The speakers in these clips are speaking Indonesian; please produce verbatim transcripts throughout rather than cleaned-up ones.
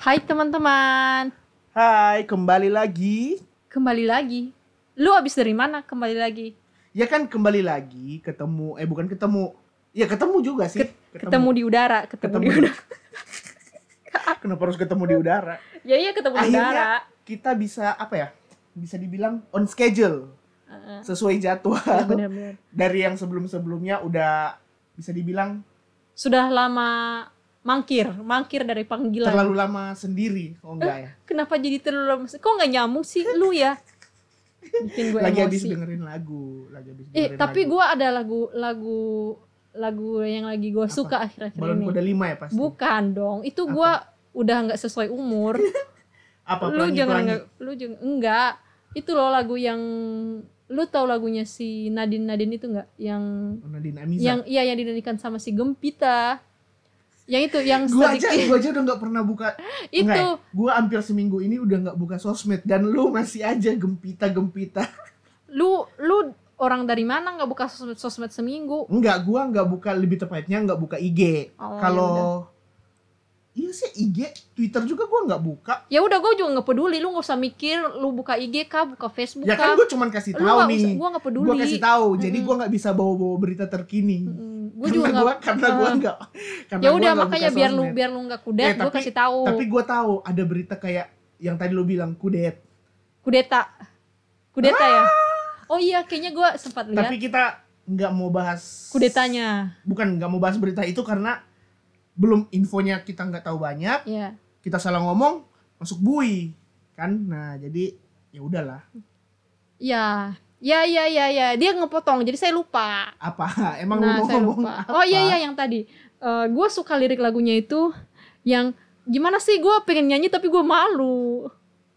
Hai teman-teman. Hai, kembali lagi. Kembali lagi. Lu abis dari mana kembali lagi? Ya kan kembali lagi, ketemu, eh bukan ketemu. Ya ketemu juga sih. Ketemu, ketemu di udara, ketemu, ketemu di udara. Kenapa harus ketemu di udara? Ya iya ketemu di udara. Akhirnya kita bisa apa ya? Bisa dibilang on schedule. Uh-uh. Sesuai jadwal. Ya, benar-benar. Dari yang sebelum-sebelumnya udah bisa dibilang sudah lama mangkir, mangkir dari panggilan. Terlalu lama sendiri, oh enggak ya? Kenapa jadi terlalu lama? Kok nggak nyambung sih lu ya? Bikin gue lagi emosi. habis dengerin lagu, lagi habis dengerin Eh, tapi gue ada lagu lagu lagu yang lagi gue suka akhir-akhir Balon ini. Kuda lima ya pasti. Bukan dong, itu gue udah nggak sesuai umur. Apa lu jangan nggak, lu jangan enggak. Itu loh lagu yang lu tahu lagunya si Nadine Nadine itu nggak? Yang oh, Nadine Amiza. Yang iya yang dinyanyikan sama si Gempita. Yang itu yang gua sedikit. aja gua aja udah nggak pernah buka itu enggak, gua hampir seminggu ini udah nggak buka sosmed dan lu masih aja gempita gempita. Lu lu orang dari mana nggak buka sosmed, sosmed seminggu? Enggak, gua nggak buka, lebih tepatnya nggak buka I G. Oh, kalau iya sih I G, Twitter juga gue nggak buka. Ya udah gue juga nggak peduli, lu nggak usah mikir lu buka I G kah, buka Facebook ya kah. Ya kan gue cuman kasih tahu nih. Gue nggak peduli. Gue kasih tahu, mm-hmm. Jadi gue nggak bisa bawa-bawa berita terkini. Mm-hmm. Gue juga gak, karena gue nggak. Ya udah makanya biar lu biar lu nggak kudet, eh, gue kasih tahu. Tapi gue tahu ada berita kayak yang tadi lu bilang kudet. Kudeta, kudeta ah! Ya. Oh iya, kayaknya gue sempat lihat. Tapi kita nggak mau bahas kudetanya. Bukan nggak mau bahas berita itu karena belum infonya kita nggak tahu banyak, yeah. Kita salah ngomong masuk bui kan, nah jadi ya udahlah. Ya, ya, ya, ya, ya, dia ngepotong, jadi saya lupa. Apa? Emang nah, lu mau ngomong apa? Oh iya iya yang tadi, uh, gue suka lirik lagunya itu, yang gimana sih gue pengen nyanyi tapi gue malu.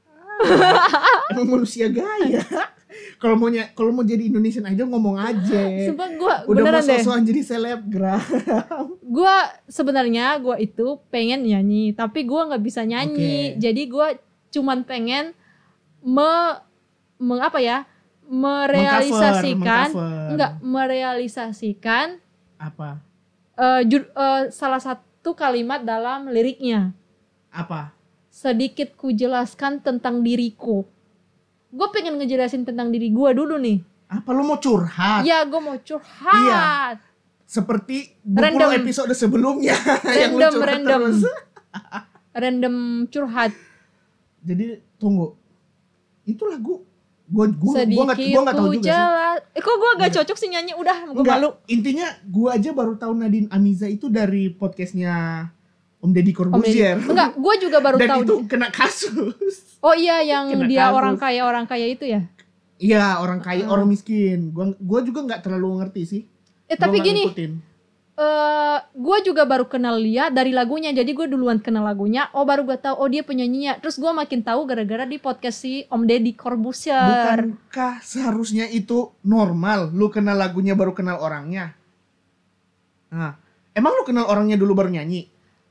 Ah, emang manusia gaya. Kalau mau ny- kalau mau jadi Indonesian Idol ngomong aja. Sumpah gue udah mau sosokan jadi selebgram. Gue sebenarnya gue itu pengen nyanyi tapi gue nggak bisa nyanyi. Okay. Jadi gue cuman pengen me, me apa ya merealisasikan enggak merealisasikan apa uh, jur, uh, salah satu kalimat dalam liriknya. Apa? Sedikit ku jelaskan tentang diriku. Gue pengen ngejelasin tentang diri gue dulu nih. Apa lu mau curhat? Iya, gue mau curhat. Iya. Seperti dua puluh episode sebelumnya. Random, yang lu curhat random. Terus. Random curhat. Jadi tunggu. Itu lagu gue gue gue nggak gue nggak tahu juga jelas. sih. Eh, kok gue gak cocok sih nyanyi? Udah, gue malu. Intinya gue aja baru tahu Nadine Amiza itu dari podcastnya Om Deddy Corbuzier. Enggak, gue juga baru dan tahu. Dan itu kena kasus. Oh iya, yang kena dia kasus. orang kaya orang kaya itu ya? Iya, orang kaya uh. orang miskin. Gue gue juga nggak terlalu ngerti sih. Eh gua tapi gini, uh, gue juga baru kenal dia dari lagunya. Jadi gue duluan kenal lagunya. Oh baru gue tahu, oh dia penyanyinya. Terus gue makin tahu gara-gara di podcast si Om Deddy Corbuzier. Bukankah seharusnya itu normal? Lu kenal lagunya baru kenal orangnya. Nah, emang lu kenal orangnya dulu baru nyanyi?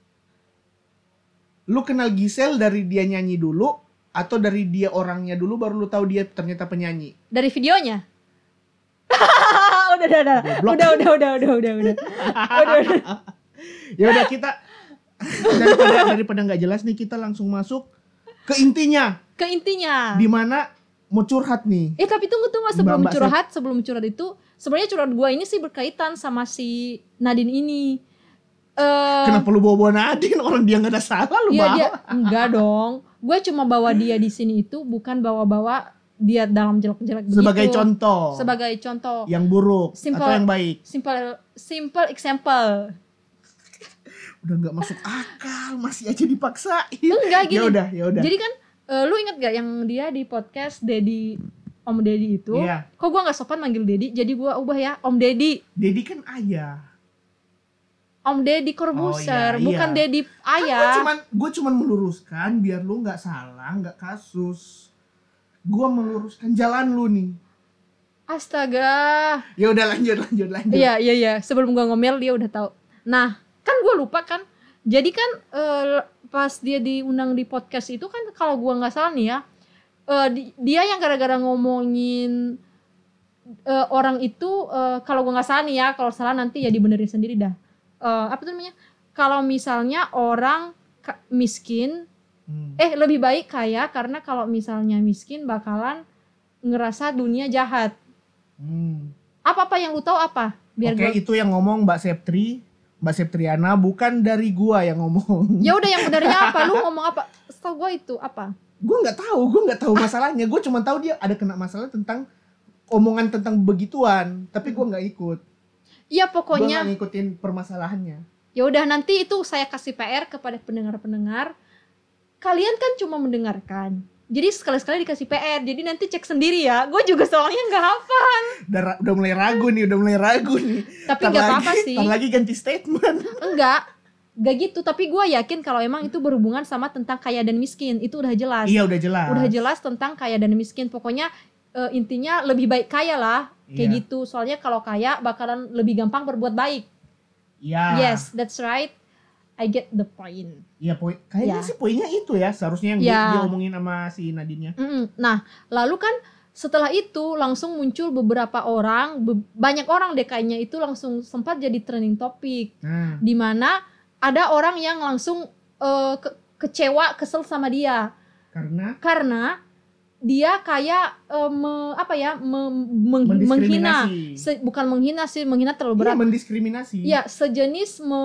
Lu kenal Giselle dari dia nyanyi dulu atau dari dia orangnya dulu baru lu tahu dia ternyata penyanyi? Dari videonya. udah, udah, udah. udah, udah, udah, udah, udah, udah, udah, udah. Ya udah kita daripada daripada nggak jelas nih kita langsung masuk ke intinya. Ke intinya. Di mana mau curhat nih? Eh tapi tunggu tunggu sebelum Mbak curhat, Mbak sebelum curhat itu sebenarnya curhat gua ini sih berkaitan sama si Nadine ini. Uh, Kenapa lu bawa-bawa Nadine? Orang dia gak ada salah lu iya, bawa. Dia, enggak dong. Gue cuma bawa dia di sini itu bukan bawa-bawa dia dalam jelek-jelek begitu. Sebagai contoh. Sebagai contoh. Yang buruk simple, atau yang baik. Simple simple example. Udah gak masuk akal, masih aja dipaksain. Enggak gini. Ya udah, ya udah. Jadi kan uh, lu inget gak yang dia di podcast Deddy Om Deddy itu? Iya. Kok gue gak sopan manggil Deddy, jadi gue ubah ya Om Deddy. Deddy kan ayah. Om Deddy Corbuzier, oh, iya, bukan iya. Deddy ayah. Gue cuman, gue cuman meluruskan biar lu nggak salah, nggak kasus. Gue meluruskan jalan lu nih. Astaga. Ya udah lanjut, lanjut, lanjut. Iya, iya, iya. Sebelum gue ngomel dia udah tahu. Nah, kan gue lupa kan. Jadi kan uh, pas dia diundang di podcast itu kan kalau gue nggak salah nih ya, uh, di, dia yang gara-gara ngomongin uh, orang itu, uh, kalau gue nggak salah nih ya, kalau salah nanti ya dibenerin sendiri dah. Uh, apa tuh namanya? Kalau misalnya orang miskin Hmm. Eh lebih baik kaya karena kalau misalnya miskin bakalan ngerasa dunia jahat. Hmm. Apa-apa yang lu tahu apa? Biar Oke, gua... itu yang ngomong Mbak Septri, Mbak Septriana, bukan dari gua yang ngomong. Ya udah, yang benarnya apa? Lu ngomong apa? Setahu gua itu apa? Gua nggak tahu, gua nggak tahu masalahnya. Gua cuma tahu dia ada kena masalah tentang omongan tentang begituan, tapi gua nggak ikut. Iya pokoknya. Gua nggak ngikutin permasalahannya. Ya udah, nanti itu saya kasih P R kepada pendengar-pendengar. Kalian kan cuma mendengarkan. Jadi sekali-sekali dikasih P R. Jadi nanti cek sendiri ya. Gue juga soalnya nggak hafal. Udah, udah mulai ragu nih, udah mulai ragu nih. Tapi nggak apa-apa sih. Ntar lagi ganti statement. Enggak, nggak gitu. Tapi gue yakin kalau emang itu berhubungan sama tentang kaya dan miskin, itu udah jelas. Iya udah jelas. Udah jelas tentang kaya dan miskin. Pokoknya uh, intinya lebih baik kaya lah, kayak iya. gitu. Soalnya kalau kaya bakalan lebih gampang berbuat baik. Iya. Yes, that's right. I get the point. Iya, poin. Kayaknya ya. sih poinnya itu ya, seharusnya yang ya. dia omongin sama si Nadine-nya. Mm-mm. Nah, lalu kan setelah itu langsung muncul beberapa orang, be- banyak orang deh kayaknya itu langsung sempat jadi trending topic. Hmm. Di mana ada orang yang langsung uh, ke- kecewa, kesel sama dia. Karena? Karena dia kayak uh, me, apa ya me, meng, menghina, se, bukan menghina sih, menghina terlalu berat. Iya, mendiskriminasi. Ya, sejenis me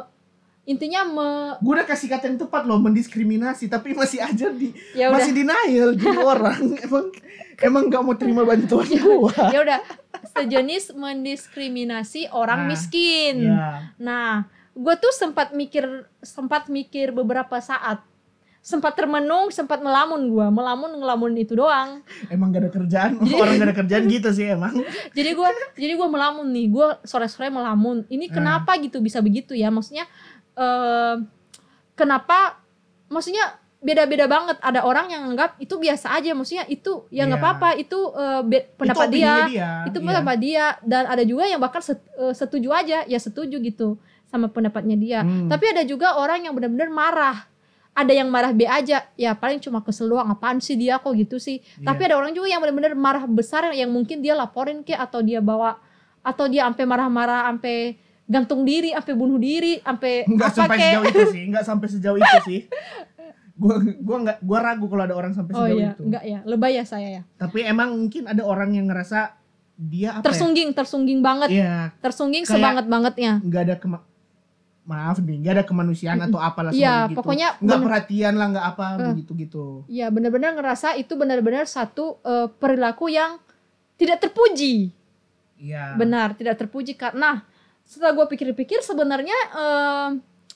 intinya me... gue udah kasih kata yang tepat loh, mendiskriminasi, tapi masih aja di ya masih denial jadi orang emang emang nggak mau terima bantuan gue. Ya udah, sejenis mendiskriminasi orang nah, miskin. Ya. Nah, gue tuh sempat mikir sempat mikir beberapa saat, sempat termenung, sempat melamun gue, melamun ngelamun itu doang. Emang gak ada kerjaan, jadi, orang gak ada kerjaan gitu sih emang. Jadi gue jadi gue melamun nih, gue sore-sore melamun. Ini kenapa nah. gitu bisa begitu ya? Maksudnya Uh, kenapa maksudnya beda-beda banget. Ada orang yang anggap itu biasa aja, maksudnya itu ya nggak yeah. apa-apa, itu uh, be- pendapat itu dia, dia itu yeah. pendapat dia. Dan ada juga yang bakal set, uh, setuju aja, ya setuju gitu sama pendapatnya dia. hmm. Tapi ada juga orang yang benar-benar marah. Ada yang marah B aja, ya paling cuma kesel doang, apaan sih dia kok gitu sih. yeah. Tapi ada orang juga yang benar-benar marah besar, yang mungkin dia laporin ke, atau dia bawa, atau dia sampai marah-marah sampai gantung diri, sampai bunuh diri, sampai nggak sampai kayak... sejauh itu sih, nggak sampai sejauh itu sih. Gua gua nggak gua ragu kalau ada orang sampai sejauh oh, iya. itu. Enggak ya, lebay ya saya ya. Tapi emang mungkin ada orang yang ngerasa dia apa tersungging, ya? tersungging banget. Iya. Tersungging sebanget bangetnya. Nggak ada kema- maaf nih, nggak ada kemanusiaan atau apalah ya, gitu. Pokoknya nggak bener- perhatian lah, nggak apa uh, begitu gitu. Iya, benar-benar ngerasa itu benar-benar satu uh, perilaku yang tidak terpuji. Iya. Benar, tidak terpuji karena setelah gue pikir-pikir sebenarnya eh,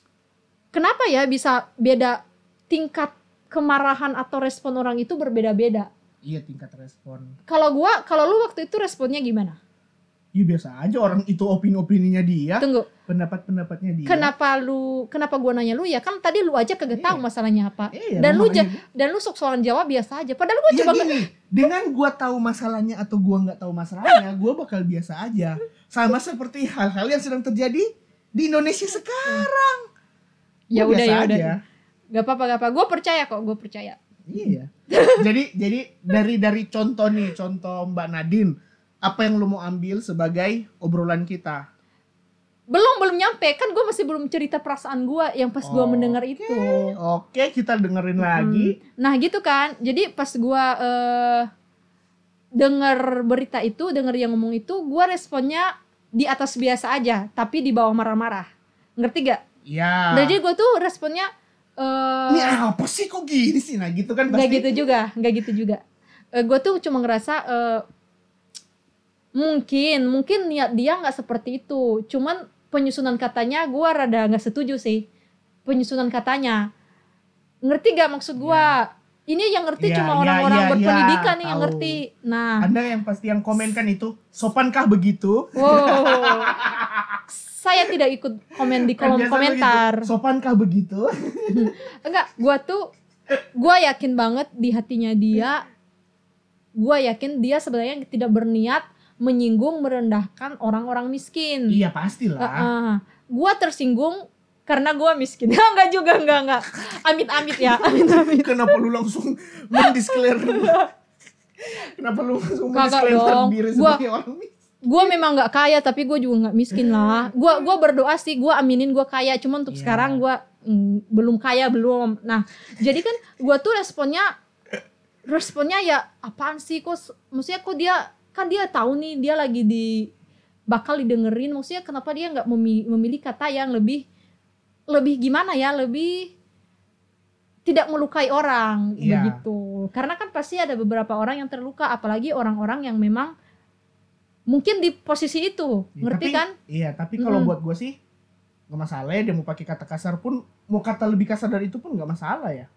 kenapa ya bisa beda tingkat kemarahan atau respon orang itu berbeda-beda. Iya, tingkat respon. Kalau gue, kalau lu waktu itu responnya gimana? Iya biasa aja, orang itu opini-opininya dia. Tunggu. Pendapat-pendapatnya dia. Kenapa lu, kenapa gue nanya lu ya? Kan tadi lu aja kagak tahu masalahnya apa. Iya, dan lu ja, dan lu sok-sokan jawab biasa aja. Padahal gue ya, coba gini, dengan gue tahu masalahnya atau gue nggak tahu masalahnya, gue bakal biasa aja. Sama seperti hal-hal yang sedang terjadi di Indonesia sekarang. Ya udah ya udah. Gak apa-apa gak apa. Gue percaya kok, gue percaya. Iya. jadi jadi dari dari contoh nih, contoh Mbak Nadine, apa yang lu mau ambil sebagai obrolan kita? Belum belum nyampe, kan gue masih belum cerita perasaan gue yang pas gue mendengar itu. Oke, kita dengerin hmm. lagi. Nah gitu kan, jadi pas gue uh, dengar berita itu, dengar yang ngomong itu, gue responnya di atas biasa aja, tapi di bawah marah-marah. Ngerti gak? Iya. Jadi gue tuh responnya uh, ini apa sih kok gini sih? Nah gitu kan pasti. Gak gitu juga, gak gitu juga. Uh, gue tuh cuma ngerasa uh, mungkin, mungkin niat dia gak seperti itu. Cuman penyusunan katanya gue rada gak setuju sih. Penyusunan katanya. Ngerti gak maksud gue? Ya. Ini yang ngerti ya, cuma orang-orang ya, ya, berpendidikan ya, nih yang ngerti. Nah, Anda yang pasti yang komen kan itu, sopankah begitu? Wow. Saya tidak ikut komen di kolom kan komentar. Begitu. Sopankah begitu? Enggak, gue tuh, gue yakin banget di hatinya dia, gue yakin dia sebenarnya tidak berniat menyinggung, merendahkan orang-orang miskin. Iya pastilah. Uh, uh. Gue tersinggung karena gue miskin. Enggak juga, enggak, enggak. Amit-amit ya, amit-amit. Kenapa lu langsung mendisklare? Kenapa lu langsung mendisklare diri sebagai orang miskin? Gue memang nggak kaya, tapi gue juga nggak miskin lah. Gue gue berdoa sih, gue aminin gue kaya. Cuman untuk yeah. sekarang gue mm, belum kaya belum. Nah jadi kan gue tuh responnya responnya ya apaan sih kok, maksudnya kok dia kan dia tahu nih dia lagi di bakal didengerin, maksudnya kenapa dia nggak memilih, memilih kata yang lebih lebih gimana ya, lebih tidak melukai orang yeah. begitu. Karena kan pasti ada beberapa orang yang terluka, apalagi orang-orang yang memang mungkin di posisi itu, ya, ngerti tapi, kan? Iya, tapi kalau mm. buat gue sih nggak masalah ya, dia mau pakai kata kasar pun, mau kata lebih kasar dari itu pun nggak masalah ya.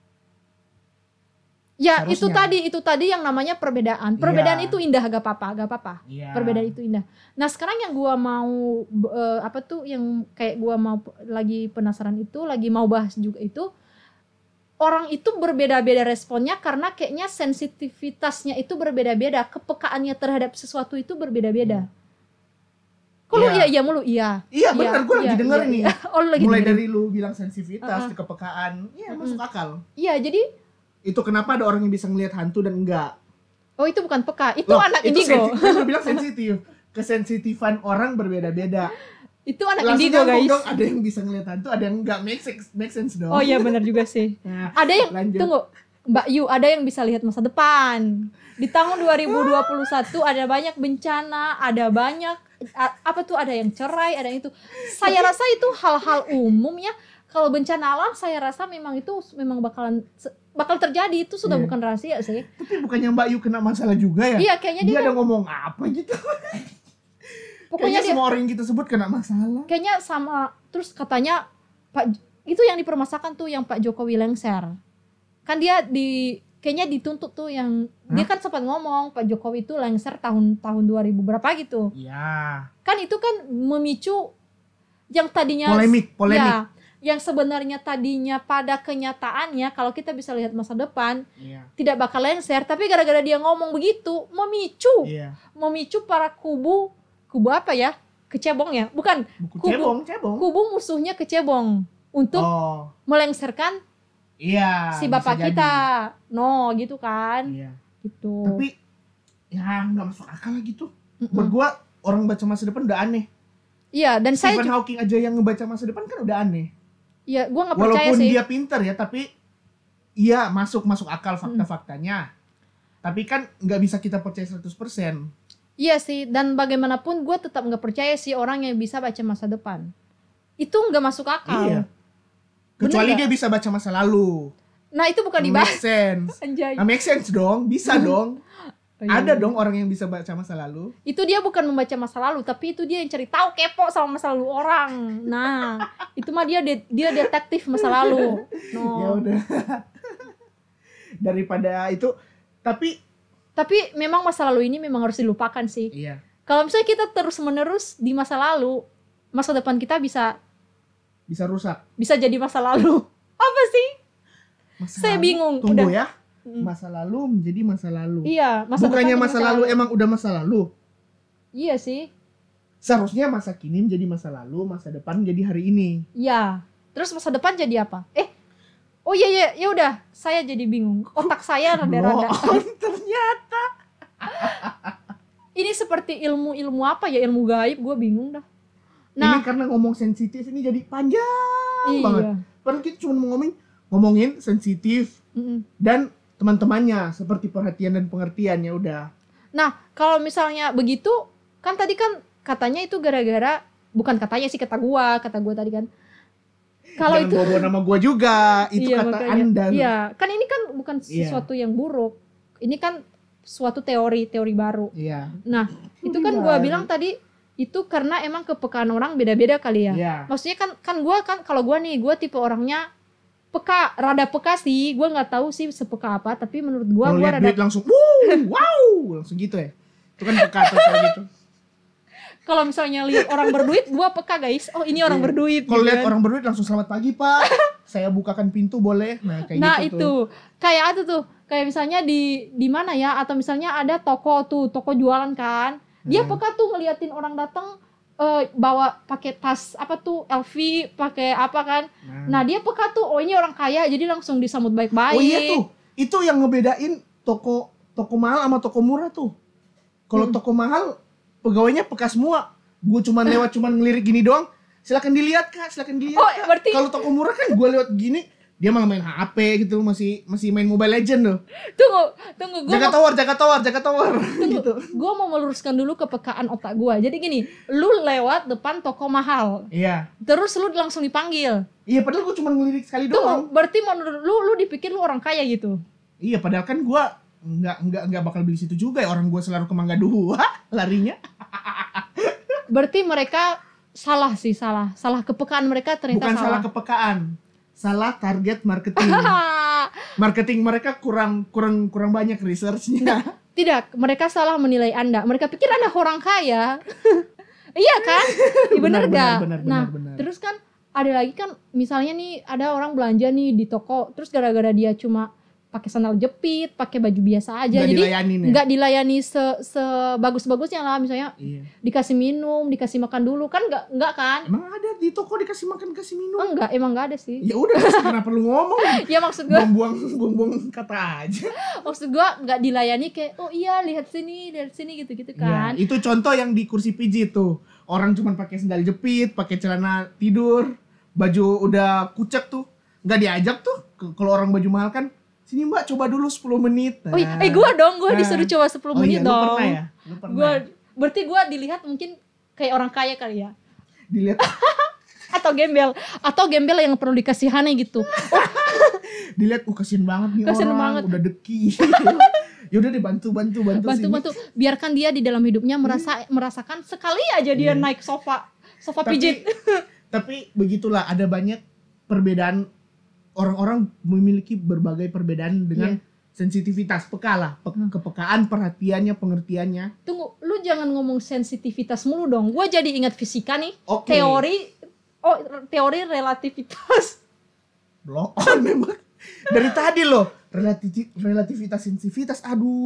Ya Harusnya. itu tadi itu tadi yang namanya perbedaan. Perbedaan yeah. itu indah, gak apa-apa, gak apa-apa. Yeah. Perbedaan itu indah. Nah sekarang yang gue mau uh, apa tuh yang kayak gue mau lagi penasaran itu, lagi mau bahas juga itu. Orang itu berbeda-beda responnya karena kayaknya sensitivitasnya itu berbeda-beda, kepekaannya terhadap sesuatu itu berbeda-beda. Kok lu iya iya mulu iya. Iya benar, gue iya, lagi denger iya, nih. Iya. Oh, lagi mulai dengerin. Dari lu bilang sensitivitas, uh-uh. kepekaan, iya uh-uh. masuk akal. Iya jadi itu kenapa ada orang yang bisa ngelihat hantu dan enggak? Oh itu bukan peka, itu Loh, anak itu indigo. Kan lu bilang sensitif, kesensitifan orang berbeda-beda. Itu anak Langsung indigo guys. Dong, ada yang bisa ngelihat hantu, ada yang enggak, make sense, make sense dong. Oh iya benar juga sih. Nah, ada yang lanjut. Tunggu, Mbak Yu, ada yang bisa lihat masa depan. Di tahun dua ribu dua puluh satu ada banyak bencana, ada banyak apa tuh, ada yang cerai, ada yang itu. Saya rasa itu hal-hal umum ya. Kalau bencana alam saya rasa memang itu memang bakalan bakal terjadi, itu sudah yeah. bukan rahasia sih. Tapi bukannya Mbak Yu kena masalah juga ya? Iya, kayaknya dia, dia ada ngomong apa gitu. Pokoknya dia, semua orang yang kita sebut kena masalah. Kayaknya sama, terus katanya Pak itu yang dipermasakan tuh yang Pak Jokowi lengser. Kan dia di kayaknya dituntut tuh yang Hah? Dia kan sempat ngomong Pak Jokowi itu lengser tahun tahun dua ribu berapa gitu. Iya. Kan itu kan memicu yang tadinya polemik, polemik. Ya, yang sebenarnya tadinya pada kenyataannya kalau kita bisa lihat masa depan yeah. tidak bakal lengser, tapi gara-gara dia ngomong begitu memicu yeah. memicu para kubu kubu apa ya, kecebong ya bukan Buku kubu cebong, cebong. kubu musuhnya kecebong untuk oh. melengserkan yeah, si bapak kita jadi. No gitu kan yeah. gitu. Tapi ya nggak masuk akal lah gitu. Mm-mm. Buat gua orang baca masa depan udah aneh. Iya, dan Stephen saya ju- Hawking aja yang ngebaca masa depan kan udah aneh. Iya, gue nggak percaya walaupun sih. Walaupun dia pintar ya, tapi iya masuk masuk akal fakta-faktanya. Hmm. Tapi kan nggak bisa kita percaya seratus persen. Iya sih, dan bagaimanapun gue tetap nggak percaya sih orang yang bisa baca masa depan. Itu nggak masuk akal. Iya. Kecuali dia bisa baca masa lalu. Nah itu bukan dibahas. Make sense. Nah, make sense dong, bisa dong. Oh, iya. Ada dong orang yang bisa baca masa lalu. Itu dia bukan membaca masa lalu, tapi itu dia yang cari tahu, kepo sama masa lalu orang. Nah, itu mah dia de- dia detektif masa lalu. No. Ya udah. Daripada itu, tapi tapi memang masa lalu ini memang harus dilupakan sih. Iya. Kalau misalnya kita terus-menerus di masa lalu, masa depan kita bisa bisa rusak. Bisa jadi masa lalu. Apa sih? Masa Saya lalu? bingung. Tunggu udah. ya. Masa lalu menjadi masa lalu. Iya, masa bukannya masa, masa lalu lalu emang udah masa lalu. Iya sih. Seharusnya masa kini menjadi masa lalu, masa depan menjadi hari ini. Iya. Terus masa depan jadi apa? Eh. Oh iya iya, ya udah, saya jadi bingung. Otak saya rada-rada. Oh, ternyata. Ini seperti ilmu-ilmu apa ya? Ilmu gaib, gue bingung dah. Nah, ini karena ngomong sensitif ini jadi panjang iya. banget. Padahal kita cuma ngomongin ngomongin sensitif Mm-mm. dan teman-temannya seperti perhatian dan pengertian, ya udah. Nah, kalau misalnya begitu, kan tadi kan katanya itu gara-gara, bukan katanya sih, kata gua, kata gua tadi kan. Kalau itu bawa nama gua juga, itu iya, kata makanya. Anda. Iya, kan ini kan bukan sesuatu yeah. yang buruk. Ini kan suatu teori-teori baru. Iya. Nah, itu kan gua bilang tadi itu karena emang kepekaan orang beda-beda kali ya. Yeah. Maksudnya kan kan gua kan kalau gua nih, gua tipe orangnya peka, rada peka sih, gue nggak tahu sih sepeka apa, tapi menurut gue gue rada duit langsung wow wow langsung gitu ya, itu kan peka atau kayak gitu. Kalau misalnya lihat orang berduit, gue peka guys, oh ini orang yeah. berduit. Kalau gitu lihat kan. orang berduit langsung selamat pagi pak, saya bukakan pintu boleh, nah kayak nah, gitu. Nah itu tuh. kayak ada tuh, kayak misalnya di di mana ya, atau misalnya ada toko tuh, toko jualan kan, dia hmm. peka tuh ngeliatin orang datang. Uh, bawa pakai tas apa tuh L V, pakai apa kan, nah. nah dia peka tuh, oh ini orang kaya, jadi langsung disambut baik-baik. Oh iya tuh, itu yang ngebedain toko toko mahal sama toko murah tuh. Kalau hmm. toko mahal pegawainya peka semua, gue cuman lewat cuman ngelirik gini doang, silakan dilihat kak, silakan dilihat. Oh, kak. berarti Kalau toko murah kan gue lewat gini, dia malah main H P gitu, masih masih main Mobile Legend loh. Tunggu, tunggu gue Jaga mau, tower, jaga tower, jaga tower. tunggu, Gitu. gue mau meluruskan dulu kepekaan otak gue. Jadi gini, lu lewat depan toko mahal, Iya. terus lu langsung dipanggil. Iya, padahal gue cuma ngelirik sekali Tunggu, doang. berarti menurut lu, lu dipikir lu orang kaya gitu? Iya, padahal kan gue nggak nggak nggak bakal beli situ juga ya, orang gue selalu ke Mangga Dua larinya. Berarti mereka salah sih, salah, salah kepekaan mereka ternyata Bukan salah. salah kepekaan, salah target marketing. Marketing mereka kurang kurang kurang banyak researchnya. Tidak, mereka salah menilai Anda. Mereka pikir Anda orang kaya. Iya kan? Iya bener, Benar, gak? benar, benar, Nah, benar. terus kan ada lagi kan, misalnya nih ada orang belanja nih di toko, terus gara-gara dia cuma pakai sandal jepit, pakai baju biasa aja, Nggak jadi dilayanin ya? nggak dilayani se sebagus-bagusnya lah. Misalnya Iya. dikasih minum, dikasih makan dulu, kan nggak nggak kan? Emang ada di toko dikasih makan, kasih minum? Enggak, emang nggak ada sih. Ya udah, kenapa lu ngomong? Ya maksud gue, Buang-buang buang-buang kata aja. maksud gue nggak dilayani kayak, oh iya lihat sini, lihat sini gitu-gitu kan? Iya, itu contoh yang di kursi pijit tuh. Orang cuma pakai sandal jepit, pakai celana tidur, baju udah kucek tuh. Nggak diajak tuh. K- Kalau orang baju mahal kan, sini mbak coba dulu sepuluh menit. Oh iya, eh gue dong, gue Nah. disuruh coba sepuluh Oh menit iya, lu dong. pernah ya? Lu pernah. Gue, berarti gue dilihat mungkin kayak orang kaya kali ya, Dilihat, atau gembel, atau gembel yang perlu dikasihani gitu. dilihat, uh kasian banget nih Kasian orang, banget. udah deki. Ya udah deh, bantu bantu bantu Bantu sini. bantu, biarkan dia di dalam hidupnya merasa merasakan sekali aja dia Iya. naik sofa, sofa Tapi- pijit. Tapi begitulah, ada banyak perbedaan, orang-orang memiliki berbagai perbedaan dengan Iya. sensitivitas, peka lah, pe- Hmm. kepekaan, perhatiannya, pengertiannya. Tunggu, lu jangan ngomong sensitivitas mulu dong. Gue jadi ingat fisika nih, Oke. teori, oh teori relativitas. Blow on memang. Dari tadi loh, relativi- relativitas, sensitivitas, aduh.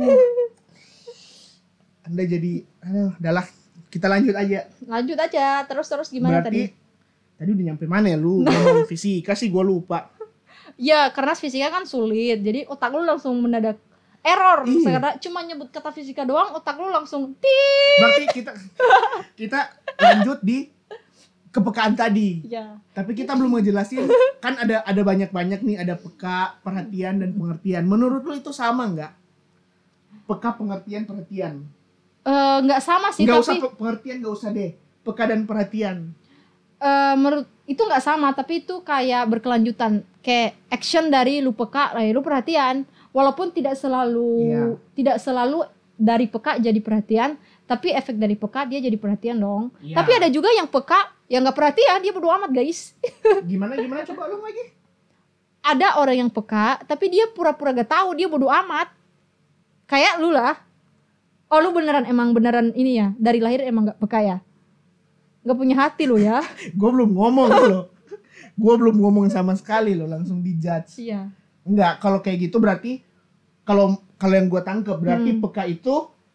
Anda jadi, aduh, udahlah, kita lanjut aja. Lanjut aja, terus terus gimana Berarti, tadi? tadi udah nyampe mana ya lu? Ngomong fisika sih gue lupa. Ya karena fisika kan sulit, jadi otak lu langsung mendadak error. Iya. Karena cuma nyebut kata fisika doang, otak lu langsung tit. Berarti kita kita lanjut di kepekaan tadi. Ya. Tapi kita belum ngejelasin, kan ada ada banyak-banyak nih, ada peka, perhatian, dan pengertian. Menurut lu itu sama nggak? Peka, pengertian, perhatian. Eh, nggak sama sih, Nggak tapi usah pe- pengertian, nggak usah deh. Peka dan perhatian. eh, menurut itu nggak sama, tapi itu kayak berkelanjutan. Kayak action dari lu peka, lalu lu perhatian. Walaupun tidak selalu Iya. tidak selalu dari peka jadi perhatian, tapi efek dari peka dia jadi perhatian dong. Iya. Tapi ada juga yang peka yang nggak perhatian, dia bodo amat guys. Gimana gimana coba ulang lagi? Ada orang yang peka, tapi dia pura-pura gak tahu, dia bodo amat. Kayak lu lah. Oh lu beneran emang beneran ini ya, dari lahir emang gak peka ya? Gak punya hati lu ya? Gue belum ngomong loh. Gue belum ngomong sama sekali loh, langsung dijudge. Iya. Enggak, kalau kayak gitu berarti kalau kalau yang gue tangkep berarti Hmm. peka itu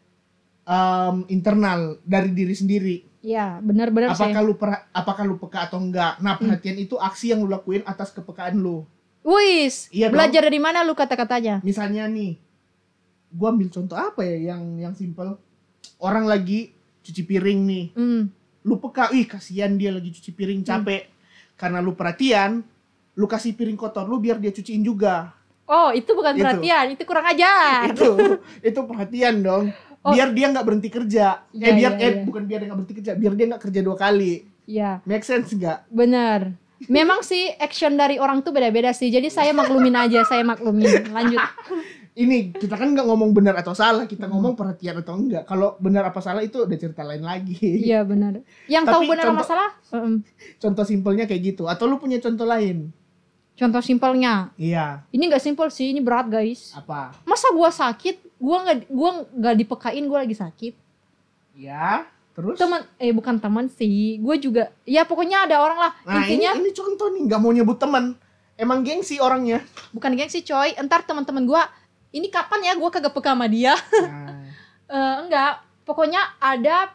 em, internal dari diri sendiri. Iya, benar-benar sih. Apakah lu per, apakah lu peka atau enggak? Nah, perhatian itu aksi yang lu lakuin atas kepekaan lu. Wis, Iya dong. belajar dari mana lu kata-katanya? Misalnya nih, gua ambil contoh apa ya yang yang simple. Orang lagi cuci piring nih. Hmm. Lu peka, ih kasihan dia lagi cuci piring capek. Karena lu perhatian, lu kasih piring kotor lu biar dia cuciin juga. Oh, itu bukan Itu. perhatian, itu kurang ajar. Itu itu perhatian dong. Oh. Biar dia nggak berhenti kerja. Iya, eh biar iya, eh iya. bukan biar dia nggak berhenti kerja, biar dia nggak kerja dua kali. Iya, Make sense nggak? benar. Memang sih action dari orang tuh beda-beda sih. Jadi saya maklumin aja, saya maklumin. Lanjut. Ini kita kan nggak ngomong benar atau salah, kita Hmm. ngomong perhatian atau enggak. Kalau benar apa salah itu udah cerita lain lagi. Iya, benar. Yang Tapi tahu benar contoh- masalah? Heeh. Contoh simpelnya kayak gitu. Atau lu punya contoh lain? Contoh simpelnya. Iya. Ini nggak simpel sih, ini berat guys. Apa? Masa gua sakit, gua nggak gua nggak dipekain gua lagi sakit. Ya. Terus? Teman eh bukan teman sih, gua juga ya pokoknya ada orang lah. Nah Intinya ini, ini contoh nih, nggak mau nyebut teman. Emang gengsi orangnya. bukan gengsi coy. Entar teman-teman gua, ini kapan ya gua kagak peka sama dia? Nah, Eh, enggak, pokoknya ada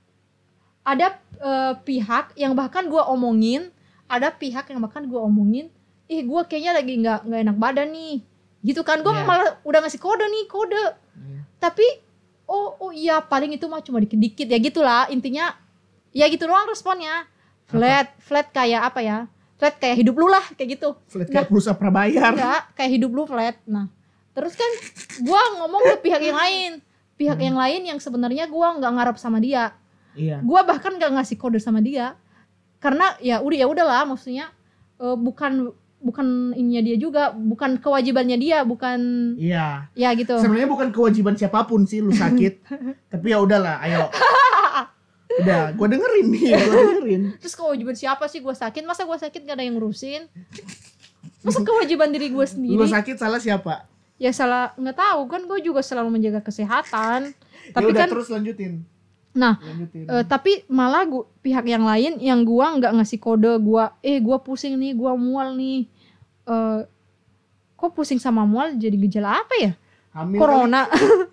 ada eh, pihak yang bahkan gua omongin, ada pihak yang bahkan gua omongin, ih gua kayaknya lagi nggak nggak enak badan nih, gitu kan? Gua Iya. malah udah ngasih kode nih kode, Iya. tapi oh oh iya paling itu mah cuma dikit-dikit ya gitulah intinya, ya gitu doang responnya. Flat, flat kayak apa ya? Flat kayak hidup lu lah, kayak gitu. Flat kayak pulsa prabayar. Enggak, kayak hidup lu flat. Nah, terus kan gua ngomong ke pihak yang lain. Pihak Hmm. yang lain yang sebenarnya gua nggak ngarep sama dia. Iya. Gua bahkan nggak ngasih kode sama dia. Karena ya udah ya udahlah, maksudnya eh, bukan bukan ininya dia juga, bukan kewajibannya dia, bukan Iya. ya gitu. Sebenarnya bukan kewajiban siapapun sih lu sakit. Tapi ya udahlah, ayo. Udah, gua dengerin nih, gua dengerin. Terus kewajiban siapa sih gue sakit? Masa gue sakit gak ada yang ngurusin? Masa kewajiban diri gue sendiri? Lu sakit salah siapa? Ya salah, nggak tahu kan, gue juga selalu menjaga kesehatan. Tapi ya udah, kan, terus lanjutin. nah, Lanjutin. eh, tapi malah gua, pihak yang lain yang gue nggak ngasih kode gue, eh gue pusing nih, gue mual nih. Eh, kok pusing sama mual jadi gejala apa ya? Hamil Corona.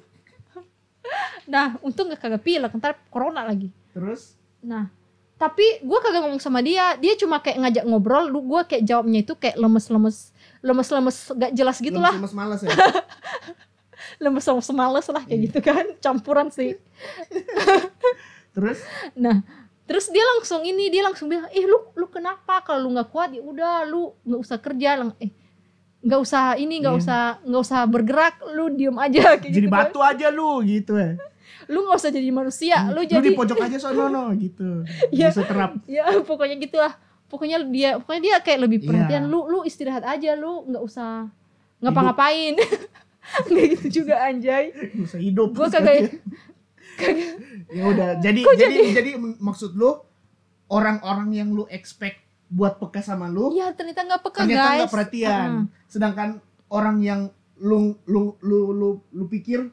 Nah, untung gak kagak pilek, ntar corona lagi. kali. Terus? Nah, tapi gue kagak ngomong sama dia, dia cuma kayak ngajak ngobrol, lu gue kayak jawabnya itu kayak lemes-lemes, lemes-lemes gak jelas gitu lah, Lemes males ya? lemes-lemes males lah kayak gitu kan, campuran sih. Terus? Nah, terus dia langsung ini, dia langsung bilang, eh lu lu kenapa, kalau lu nggak kuat ya udah lu nggak usah kerja, lang- eh nggak usah ini, nggak Iya. usah nggak usah bergerak, lu diem aja kayak Jadi gitu kan. batu aja lu gitu ya. Lu nggak usah jadi manusia, lu Lu jadi di pojok aja sono no gitu. Iya. Bisa terap. ya pokoknya gitulah, pokoknya dia pokoknya dia kayak lebih Iya. perhatian, lu lu istirahat aja, lu nggak usah ngapa-ngapain. Nggak gitu juga anjay, Bisa hidup. gue kagak kagak Ya udah, jadi Kok jadi jadi maksud lu orang-orang yang lu expect buat peka sama lu ya ternyata nggak peka ternyata guys. nggak perhatian. Heeh. Sedangkan orang yang lu lu lu lu lu pikir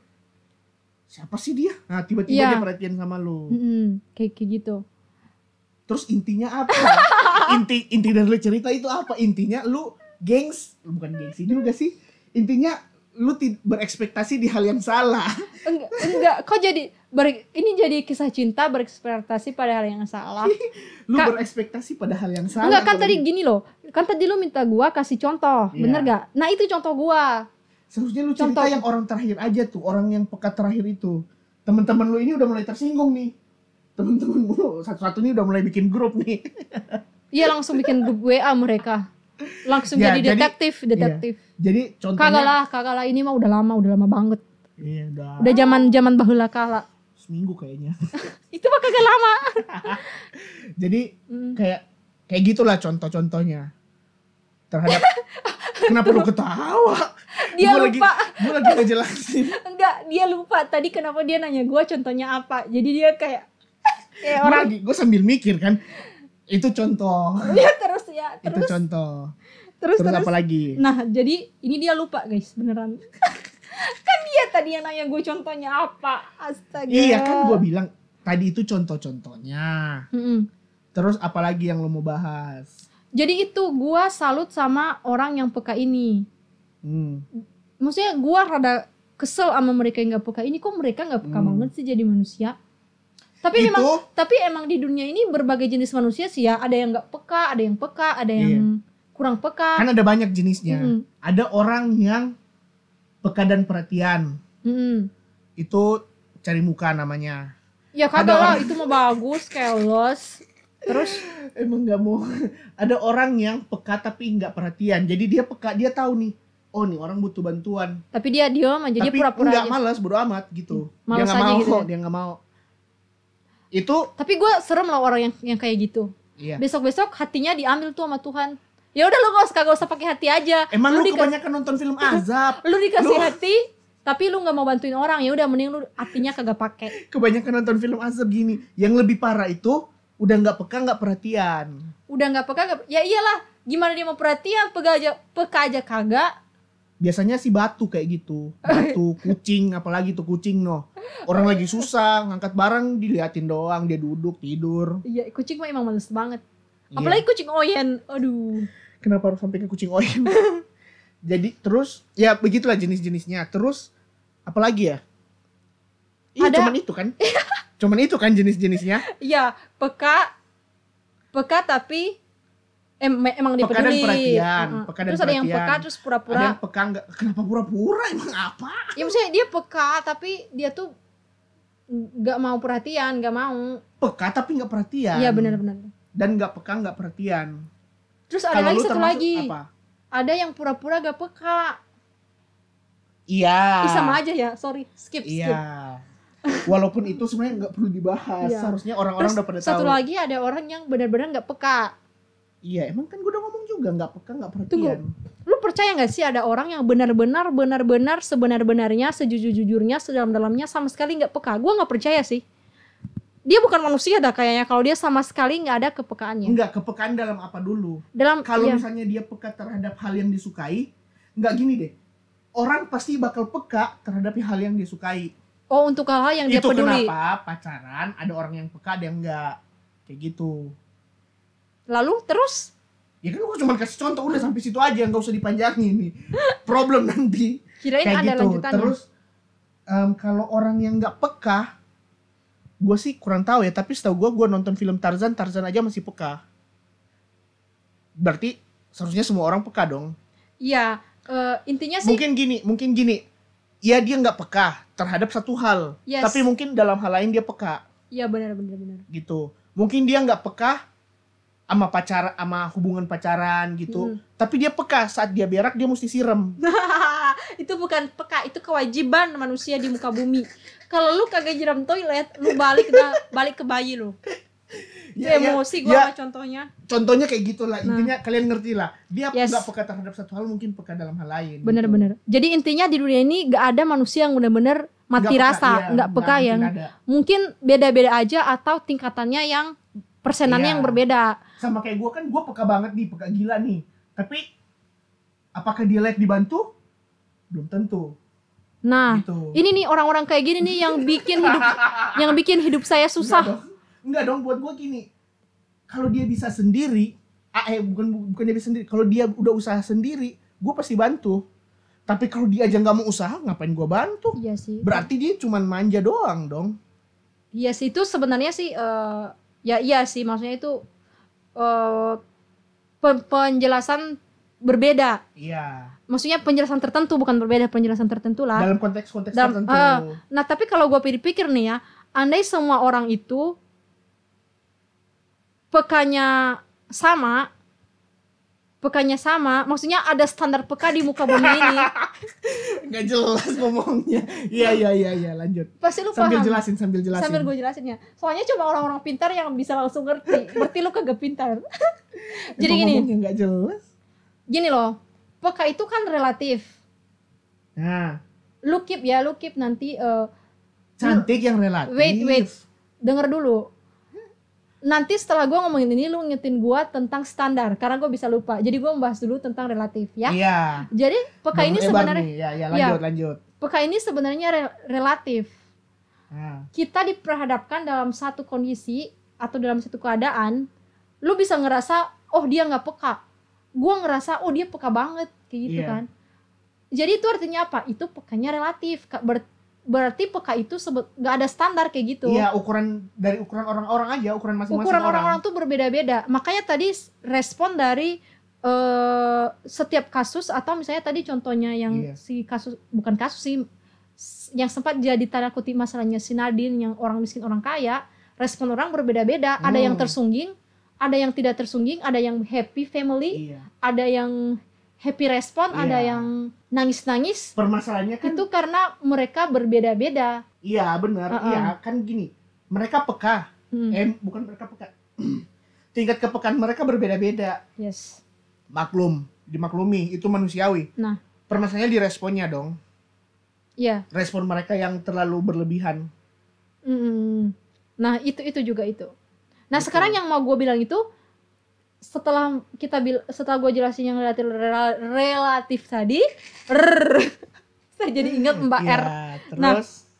siapa sih dia? Nah, tiba-tiba Iya. dia perhatian sama lu. Mm-mm, kayak kayak gitu. Terus intinya apa? inti inti dari lu cerita itu apa? Intinya lu gengs, bukan gengsi juga sih. Intinya lu ti- berekspektasi di hal yang salah. Enggak, enggak, kok jadi ber- ini jadi kisah cinta berekspektasi pada hal yang salah. Lu Kak- berekspektasi pada hal yang salah. Enggak, kan kalau tadi lu- gini loh, kan tadi lu minta gua kasih contoh, Iya. bener gak? Nah itu contoh gua. Seharusnya lu cerita Contoh. yang orang terakhir aja tuh, orang yang pekat terakhir itu. Temen-temen lu ini udah mulai tersinggung nih. Temen-temen lu satu-satu ini udah mulai bikin grup nih. Iya langsung bikin grup W A mereka. Langsung Ya, jadi jadi- detektif, detektif. Jadi Kagak contohnya lah, kagak lah, ini mah udah lama, udah lama banget. Iya, udah, Udah zaman zaman baheula kala. seminggu kayaknya. Itu mah kagak lama. Jadi Mm. kayak kayak gitulah contoh-contohnya. Terhadap kenapa lu ketawa? Dia Gua lupa. Lagi, gue lagi ngejelasin. Enggak, dia lupa tadi kenapa dia nanya gua contohnya apa. Jadi dia kayak kayak Gua orang lagi, gue sambil mikir kan. Itu contoh. ya terus ya, Itu terus contoh. terus Terus, terus. apa lagi? Nah, jadi ini dia lupa, guys, beneran. Kan dia tadi yang nanya gue contohnya apa. Astaga. Iya kan gue bilang tadi itu contoh-contohnya. Mm-mm. Terus apalagi yang lo mau bahas? Jadi itu gue salut sama orang yang peka ini. Hmm. Maksudnya gue rada kesel sama mereka yang gak peka ini. Kok mereka gak peka Hmm. banget sih jadi manusia? Tapi Itu- memang tapi emang di dunia ini berbagai jenis manusia sih ya. Ada yang gak peka, ada yang peka, ada yang kurang peka. Kan ada banyak jenisnya. Mm-mm. Ada orang yang peka dan perhatian. Mm-mm. Itu cari muka namanya. Ya Ada kagak lah, orang- itu mah bagus, keles. Terus Emang nggak mau. Ada orang yang peka tapi nggak perhatian. Jadi dia peka, dia tahu nih. Oh nih orang butuh bantuan. tapi dia diam aja, dia tapi pura-pura nggak aja. malas, bodo amat gitu. Malas dia nggak aja mau, gitu ya. dia nggak mau. Itu Tapi gue serem lah orang yang yang kayak gitu. iya. Besok-besok hatinya diambil tuh sama Tuhan. Ya udah lu gak usah kagak usah pakai hati aja. Emang lu, dika- kebanyakan nonton film azab. lu dikasih lu- hati, tapi lu nggak mau bantuin orang, ya udah mending lu hatinya kagak pakai. Kebanyakan nonton film azab gini. Yang lebih parah itu udah nggak peka, nggak perhatian. Udah nggak peka, nggak- ya iyalah. Gimana dia mau perhatian, peka aja, peka aja kagak. Biasanya si batu kayak gitu. Batu, kucing, apalagi tuh kucing no. Orang lagi susah, ngangkat barang diliatin doang, dia duduk, tidur. Iya, kucing mah emang males banget. Iya. Apalagi kucing oyen, aduh. Kenapa harus sampai ke kucing oyen? Jadi terus ya begitulah jenis-jenisnya. Terus apalagi ya? Iya Ada- cuman itu kan? Cuman itu kan jenis-jenisnya. Iya, peka, peka tapi em- emang dia Peka dan peduli. perhatian, Heeh. peka dan Terus ada yang perhatian. peka terus Ada pura-pura. yang peka nggak? Kenapa pura-pura? Emang apa? Ya maksudnya dia peka tapi dia tuh nggak mau perhatian, nggak mau. Peka tapi nggak perhatian. Iya benar-benar. dan nggak peka, nggak perhatian. Terus ada Kalau lagi lu satu termasuk lagi. apa? Ada yang pura-pura gak peka. Iya. Ih, sama aja ya, sorry. Skip, skip. Iya. Walaupun itu sebenarnya nggak perlu dibahas. Iya. Seharusnya orang-orang Terus udah pada tahu. satu lagi ada orang yang benar-benar gak peka. Iya, emang kan gue udah ngomong juga nggak peka, nggak perhatian. Lu percaya gak sih ada orang yang benar-benar benar-benar sebenar-benarnya, sejujur-jujurnya, sedalam-dalamnya sama sekali gak peka? Gue gak percaya sih. Dia bukan manusia dah kayaknya kalau dia sama sekali gak ada kepekaannya. Enggak, kepekaan dalam apa dulu? Dalam Kalau iya. misalnya dia peka terhadap hal yang disukai, nggak gini deh. Orang pasti bakal peka terhadap hal yang disukai. Oh, untuk hal-hal yang dia Itu peduli. kenapa pacaran ada orang yang peka, ada yang enggak. Kayak gitu. Lalu terus? Ya kan gue cuma kasih contoh, udah sampai situ aja, nggak usah dipanjangin nih. Problem nanti. Kirain Kayak ada gitu. lanjutannya. Terus em, kalau orang yang nggak peka, gue sih kurang tahu ya. Tapi setahu gue, gue nonton film Tarzan, Tarzan aja masih peka. Berarti seharusnya semua orang peka dong. Iya, eh, intinya sih. Mungkin gini, mungkin gini. Ya dia nggak peka terhadap satu hal, Yes. tapi mungkin dalam hal lain dia peka. Iya, benar-benar benar. Gitu. Mungkin dia nggak peka sama pacar, sama hubungan pacaran gitu. Hmm. Tapi dia peka saat dia berak dia mesti siram. Itu bukan peka, itu kewajiban manusia di muka bumi. Kalau lu kagak nyiram toilet, lu balik dah, balik ke bayi lu. Ya, Itu ya, emosi gua ya. sama contohnya. Contohnya kayak gitulah. Intinya kalian ngerti lah. Dia Yes. nggak peka terhadap satu hal, mungkin peka dalam hal lain. Bener-bener. Jadi intinya di dunia ini gak ada manusia yang bener-bener mati Nggak peka, rasa, iya, nggak peka nggak yang mungkin ada. mungkin beda-beda aja atau tingkatannya yang persenannya Iya. yang berbeda. Sama kayak gue kan, gue peka banget nih, peka gila nih. Tapi apakah dia layak dibantu? Belum tentu. Nah, Gitu. ini nih orang-orang kayak gini nih yang bikin hidup yang bikin hidup saya Enggak susah. dong. Enggak dong, buat gue gini. Kalau dia bisa sendiri, ah, eh bukan bukan dia bisa sendiri. Kalau dia udah usaha sendiri, gue pasti bantu. Tapi kalau dia aja nggak mau usaha, ngapain gue bantu? Iya sih. Berarti dia cuman manja doang dong. Iya sih, itu sebenarnya sih eh, ya iya sih, maksudnya itu eh, pe- penjelasan berbeda. Iya. Maksudnya penjelasan tertentu, bukan berbeda, penjelasan tertentu lah. Dalam konteks-konteks Dalam- tertentu. eh, Nah, tapi kalau gue pikir-pikir nih ya, andai semua orang itu pekanya sama, pekanya sama, maksudnya ada standar peka di muka bumi ini, Nggak jelas ngomongnya. Iya iya iya iya, lanjut. pasti lu Sambil paham. jelasin, sambil jelasin. Sambil gue jelasin ya. Soalnya cuma orang-orang pintar yang bisa langsung ngerti. Berarti lu kagak pintar. Jadi Emang gini, ngomongnya nggak jelas. gini loh. Peka itu kan relatif. Nah, Lu keep ya, lu keep nanti eh, cantik yang relatif. Wait, wait. denger dulu. Nanti setelah gue ngomongin ini, lu ngingetin gue tentang standar. Karena gue bisa lupa. Jadi gue membahas dulu tentang relatif ya. Iya. Jadi peka ini Bang Ebar sebenarnya, nih. Ya, ya, lanjut, lanjut. peka ini sebenarnya re- relatif. Nah, Kita diperhadapkan dalam satu kondisi atau dalam satu keadaan, lu bisa ngerasa, oh dia nggak peka. Gue ngerasa, oh dia peka banget, kayak gitu Iya. kan. Jadi itu artinya apa? Itu pekanya relatif. Ka- ber- berarti peka itu sebe- nggak ada standar kayak gitu. iya, ukuran dari ukuran orang-orang aja, ukuran masing-masing Ukuran orang. orang-orang tuh berbeda-beda. Makanya tadi s- respon dari eh, setiap kasus atau misalnya tadi contohnya yang Iya. si kasus, bukan kasus sih, s- yang sempat jadi tanda kutip masalahnya si Nadine yang orang miskin orang kaya, respon orang berbeda-beda. Ada yang Hmm. tersungging, ada yang tidak tersungging, ada yang happy family, Iya. ada yang happy respon, ada Iya. yang nangis-nangis. Permasalahannya kan Itu karena mereka berbeda-beda. iya benar, Uh-uh. iya kan gini. Mereka peka. Hmm. Eh, bukan mereka peka. Tingkat kepekaan mereka berbeda-beda. Yes. Maklum, dimaklumi, itu manusiawi. Nah, Permasalahannya di responnya dong. ya. Respon mereka yang terlalu berlebihan. Mm. Nah itu itu juga itu. Nah Betul. sekarang yang mau gue bilang itu, setelah kita bil setelah gue jelasin yang relatif rela- relatif tadi, rrrr, saya jadi ingat Mbak Iya, R. terus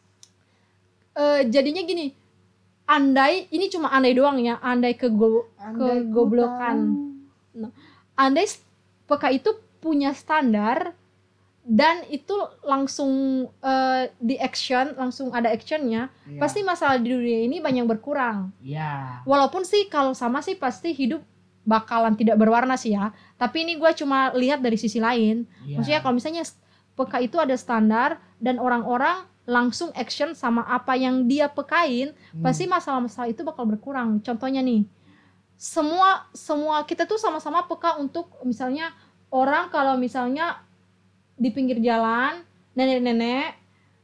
Eh, jadinya gini, andai ini cuma andai doang ya, andai kego Andai ku kegoblokan. tahu. Andai s- peka itu punya standar dan itu langsung eh, di action, langsung ada actionnya, Iya. pasti masalah di dunia ini banyak berkurang. Iya. Walaupun sih kalau sama sih pasti hidup bakalan tidak berwarna sih ya. Tapi ini gue cuma lihat dari sisi lain. Iya. Maksudnya kalau misalnya peka itu ada standar dan orang-orang langsung action sama apa yang dia pekain, Hmm. pasti masalah-masalah itu bakal berkurang. Contohnya nih, semua semua kita tuh sama-sama peka untuk misalnya orang kalau misalnya di pinggir jalan nenek-nenek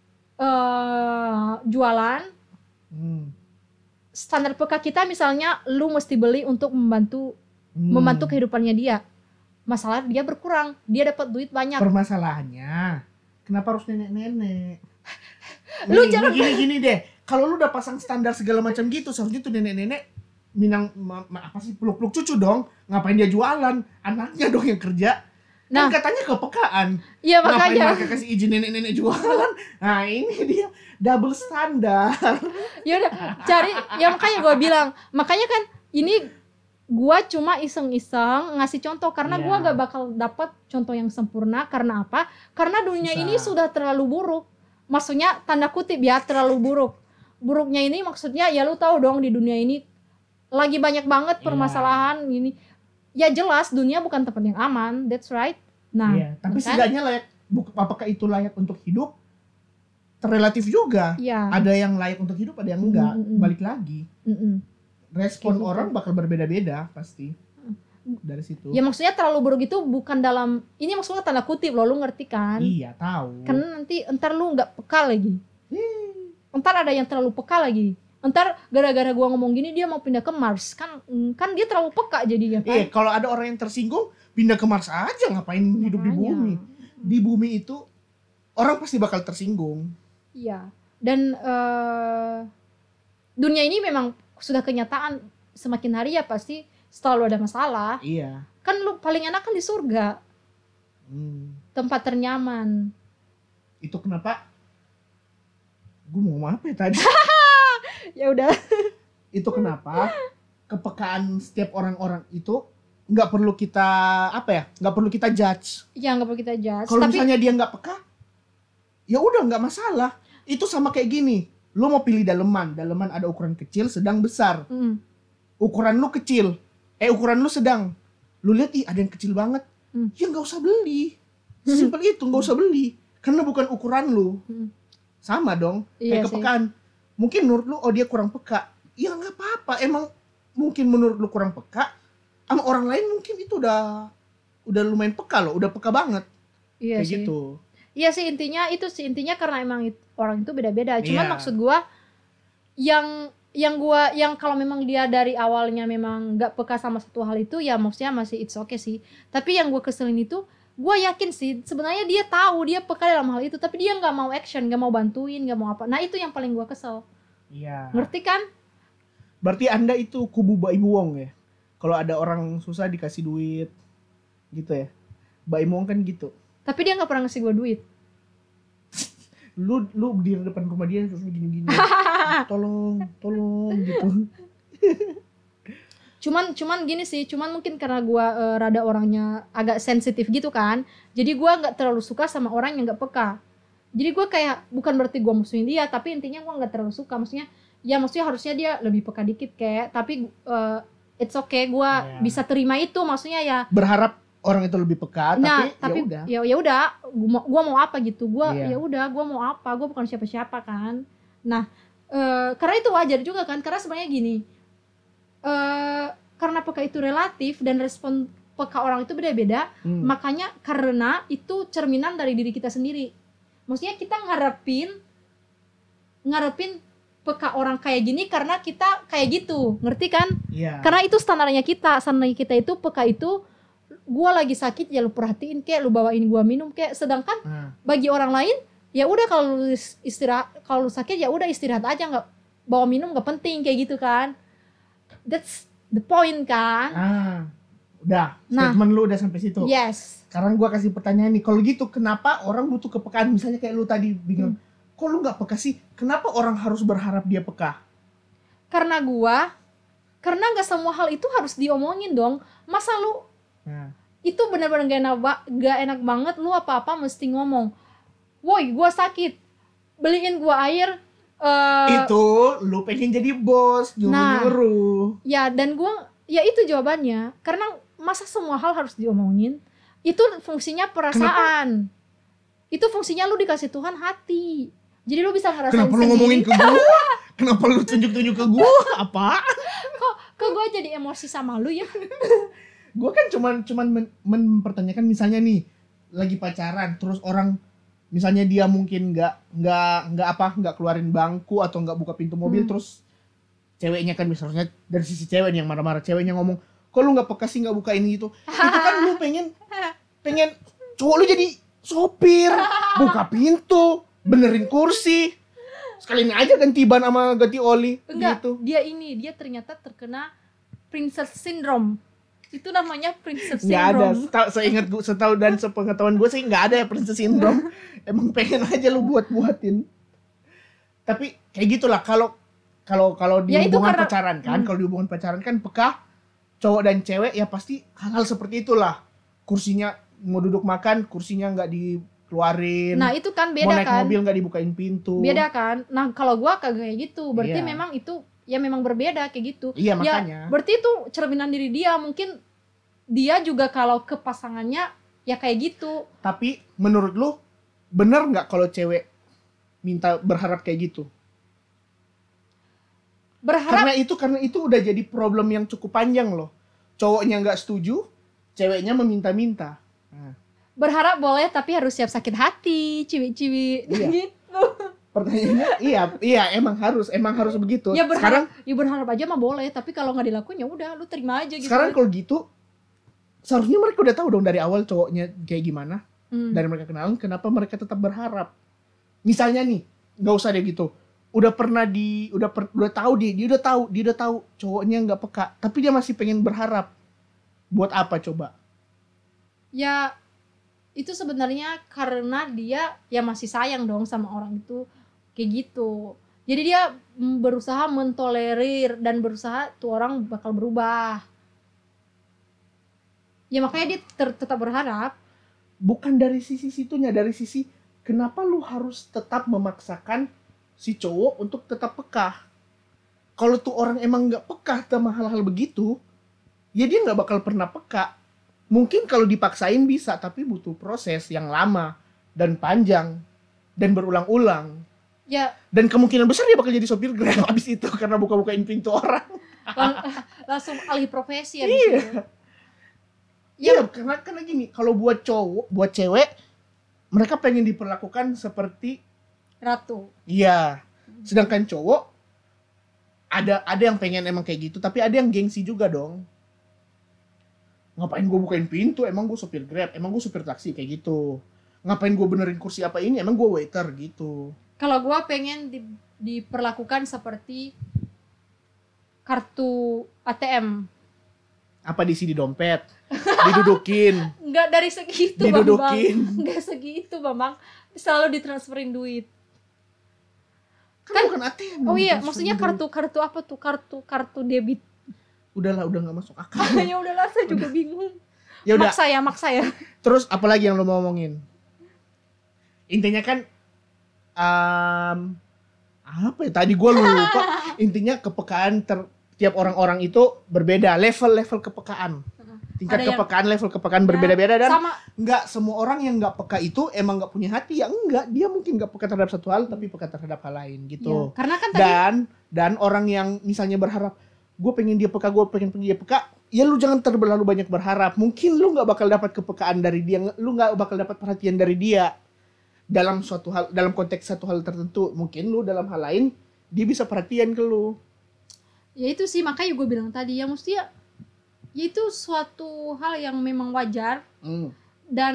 uh, jualan, Hmm. standar peka kita misalnya lu mesti beli untuk membantu Hmm. membantu kehidupannya dia. Masalah dia berkurang, dia dapat duit banyak. Permasalahannya, kenapa harus nenek-nenek? Lu Nih, jangan- gini gini deh. Kalau lu udah pasang standar segala macam gitu, seharusnya tuh nenek-nenek minang ma- ma- apa sih peluk-peluk cucu dong. Ngapain dia jualan? Anaknya dong yang kerja. Nah. Kan katanya kepekaan. Iya Ngapain makanya. mereka kasih izin nenek-nenek jualan? Nah, ini dia double standar. Ya udah cari, ya makanya gue bilang, makanya kan ini gue cuma iseng-iseng ngasih contoh karena Iya. gue gak bakal dapat contoh yang sempurna. Karena apa? Karena dunia Susah. ini sudah terlalu buruk. Maksudnya tanda kutip ya, terlalu buruk. Buruknya ini maksudnya ya lu tahu dong di dunia ini lagi banyak banget Iya. permasalahan ini. Ya jelas dunia bukan tempat yang aman, that's right. Nah, Iya, tapi kan? setidaknya layak, buk- apakah itu layak untuk hidup? Terrelatif juga. Iya. Ada yang layak untuk hidup, ada yang enggak. Mm, mm, mm. Balik lagi. Mm-mm. Respon Kayak gitu. orang bakal berbeda-beda pasti. Dari situ. Ya maksudnya terlalu buruk itu bukan dalam, ini maksudnya tanda kutip loh, lu ngerti kan? Iya, tahu. Karena nanti entar lu nggak peka lagi. Hmm. Entar ada yang terlalu peka lagi. Entar gara-gara gua ngomong gini dia mau pindah ke Mars, kan kan dia terlalu peka jadinya kan. Iya, kalau ada orang yang tersinggung, pindah ke Mars aja, ngapain hidup di Makanya. bumi. Di bumi itu orang pasti bakal tersinggung. Iya. Dan eh, dunia ini memang sudah kenyataan, semakin hari ya pasti selalu ada masalah. Iya. Kan lu paling enak kan di surga, Hmm. tempat ternyaman. Itu kenapa? Gue mau ngomong apa ya tadi? Ya udah. Itu kenapa kepekaan setiap orang-orang itu nggak perlu kita apa ya? Nggak perlu kita judge. Ya nggak perlu kita judge. Kalau Tapi misalnya dia nggak peka, ya udah nggak masalah. Itu sama kayak gini. Lu mau pilih daleman, daleman ada ukuran kecil, sedang, besar. mm, Ukuran lu kecil, eh ukuran lu sedang. Lu lihat ih ada yang kecil banget. Hmm. Ya nggak usah beli. Simpel itu, nggak usah beli. Karena bukan ukuran lu. mm. Sama dong, Iya kayak sih. kepekaan. Mungkin menurut lu, oh dia kurang peka. Ya nggak apa-apa. Emang mungkin menurut lu kurang peka, sama orang lain mungkin itu udah udah lumayan peka loh, udah peka banget. Iya Kayak sih. gitu. Iya sih intinya itu sih intinya karena emang it- orang itu beda-beda. Cuman Iya. maksud gua yang yang gua yang kalau memang dia dari awalnya memang nggak peka sama satu hal itu ya maksudnya masih it's okay sih. Tapi yang gua keselin itu gua yakin sih sebenarnya dia tahu dia peka dalam hal itu tapi dia nggak mau action, nggak mau bantuin, nggak mau apa. Nah itu yang paling gua kesel. Iya. Ngerti kan? Berarti Anda itu kubu Mbak Ibu Wong ya? Kalau ada orang susah dikasih duit gitu ya? Mbak Ibu Wong kan gitu. Tapi dia nggak pernah ngasih gua duit. Lu lu di depan rumah dia terus gini-gini. tolong, tolong gitu. Cuman cuman gini sih, cuman mungkin karena gua eh, rada orangnya agak sensitif gitu kan. Jadi gua nggak terlalu suka sama orang yang nggak peka. Jadi gua kayak bukan berarti gua musuhin dia, tapi intinya gua nggak terlalu suka. Maksudnya ya maksudnya harusnya dia lebih peka dikit kayak, tapi eh, it's okay gua Ya. bisa terima itu. Maksudnya ya Berharap orang itu lebih peka, nah, tapi, tapi ya udah. ya ya udah gua mau gua mau apa gitu. Gua Iya. ya udah gua mau apa? Gua bukan siapa-siapa kan. Nah, eh, karena itu wajar juga kan. Karena sebenarnya gini. eh karena peka itu relatif dan respon peka orang itu beda-beda, Hmm. makanya karena itu cerminan dari diri kita sendiri. Maksudnya kita ngarepin ngarepin peka orang kayak gini karena kita kayak gitu, ngerti kan? Iya. Karena itu standarnya kita, standarnya kita itu peka itu gua lagi sakit ya lu perhatiin kayak lu bawain gua minum kayak, sedangkan Nah, bagi orang lain ya udah kalau lu istirahat, kalau lu sakit ya udah istirahat aja, nggak bawa minum nggak penting kayak gitu kan. That's the point kan. ah, udah. Nah. Statement lu udah sampai situ. Yes. Sekarang gua kasih pertanyaan nih. Kalau gitu kenapa orang butuh kepekaan? Misalnya kayak lu tadi bilang, Hmm. kok lu nggak peka sih? Kenapa orang harus berharap dia peka? Karena gua karena nggak semua hal itu harus diomongin dong. Masa lu Nah, itu benar-benar gak enak, ba- gak enak banget lu apa-apa mesti ngomong, woi gua sakit, beliin gua air. eh, itu lu pengen jadi bos, nyuruh-nyuruh. Ya dan gua ya itu jawabannya. Karena masa semua hal harus diomongin? Itu fungsinya perasaan. Itu fungsinya lu dikasih Tuhan hati. Jadi lu bisa ngerasain Kenapa lu sedih. ngomongin ke gua? Kenapa lu tunjuk-tunjuk ke gua? Apa? Kok gue jadi emosi sama lu ya? Gue kan cuman cuman men- mempertanyakan misalnya nih lagi pacaran terus orang misalnya dia mungkin nggak nggak nggak apa nggak keluarin bangku atau nggak buka pintu mobil Hmm. terus ceweknya kan misalnya dari sisi cewek nih yang marah-marah, ceweknya ngomong kok lu nggak peka sih nggak buka ini gitu, itu kan lu pengen pengen cowok lu jadi sopir, buka pintu, benerin kursi, sekalian aja ganti ban sama ganti oli. Enggak, Gitu. dia ini dia ternyata terkena princess syndrome. Itu namanya princess Nggak ada, syndrome. setahu, seingat gue, setahu dan sepengetahuan gue sih nggak ada ya princess syndrome. Emang pengen aja lu buat-buatin. Tapi kayak gitulah kalau kalau kalau di Ya, itu hubungan karena- pacaran kan, Hmm. kalau di hubungan pacaran kan peka cowok dan cewek ya pasti hal-hal seperti itulah. Kursinya mau duduk makan, kursinya nggak dikeluarin. Nah, itu kan mau beda naik kan? mobil nggak dibukain pintu. Beda kan? Nah, kalau gua kagak kayak gitu. Berarti Iya. memang itu ya memang berbeda kayak gitu. Iya Ya, makanya. berarti itu cerminan diri dia. Mungkin dia juga kalau ke pasangannya ya kayak gitu. Tapi menurut lu bener nggak kalau cewek minta berharap kayak gitu? Berharap Karena itu karena itu udah jadi problem yang cukup panjang loh. Cowoknya nggak setuju, ceweknya meminta-minta. Nah, berharap boleh tapi harus siap sakit hati, ciwi-ciwi Iya. gitu. pertanyaannya iya iya emang harus emang harus begitu. Ya Sekarang berharap, ya berharap aja mah boleh, tapi kalau nggak dilakuin ya udah lu terima aja gitu. sekarang kalau gitu seharusnya mereka udah tahu dong dari awal cowoknya kayak gimana. Hmm. Dari mereka kenalan, kenapa mereka tetap berharap? Misalnya nih, nggak usah deh gitu. Udah pernah di, udah per, udah tahu dia, dia udah tahu, dia udah tahu cowoknya nggak peka, tapi dia masih pengen berharap. Buat apa coba? Ya itu sebenarnya karena dia ya masih sayang dong sama orang itu kayak gitu. Jadi dia mm, berusaha mentolerir dan berusaha tuh orang bakal berubah. Ya makanya dia ter- tetap berharap. Bukan dari sisi situnya, dari sisi kenapa lu harus tetap memaksakan si cowok untuk tetap peka. Kalau tuh orang emang nggak peka sama hal-hal begitu, ya dia nggak bakal pernah peka. Mungkin kalau dipaksain bisa, tapi butuh proses yang lama dan panjang dan berulang-ulang. Ya Dan kemungkinan besar dia bakal jadi sopir Grab abis itu karena buka-bukain pintu orang. lang- langsung alih profesi ya. Iya. Ya, Iya, karena karena gini, kalau buat cowok, buat cewek, mereka pengen diperlakukan seperti ratu. iya. Sedangkan cowok ada ada yang pengen emang kayak gitu, tapi ada yang gengsi juga dong. Ngapain gue bukain pintu? Emang gue supir Grab, emang gue supir taksi kayak gitu. Ngapain gue benerin kursi apa ini? Emang gue waiter gitu. Kalau gua pengen di- diperlakukan seperti kartu A T M. Apa diisi di dompet? Didudukin, Enggak dari segitu, Bambang. didudukin. Enggak segitu, Bambang. Selalu ditransferin duit. Kan bukan A T M. Oh iya, ditransferin maksudnya duit. kartu-kartu apa tuh? Kartu kartu debit. Udahlah, udah nggak masuk akal. Ya udahlah, saya juga bingung. Ya udah. Maksa ya, maksa ya. Terus apalagi yang lo mau ngomongin? Intinya kan um, apa ya tadi gue lupa. Intinya kepekaan ter, tiap orang-orang itu berbeda, level-level kepekaan. Tingkat Ada yang- kepekaan, level kepekaan berbeda-beda dan Sama nggak semua orang yang nggak peka itu emang nggak punya hati. Ya enggak, dia mungkin nggak peka terhadap satu hal tapi peka terhadap hal lain ya, gitu. karena kan tadi Dan dan orang yang misalnya berharap gue pengen dia peka, gue pengen pengen dia peka, ya lu jangan terlalu banyak berharap. Mungkin lu nggak bakal dapat kepekaan dari dia, lu nggak bakal dapat perhatian dari dia dalam suatu hal, dalam konteks satu hal tertentu. Mungkin lu dalam hal lain dia bisa perhatian ke lu. ya itu sih makanya gue bilang tadi ya mesti ya, ya itu suatu hal yang memang wajar Hmm. dan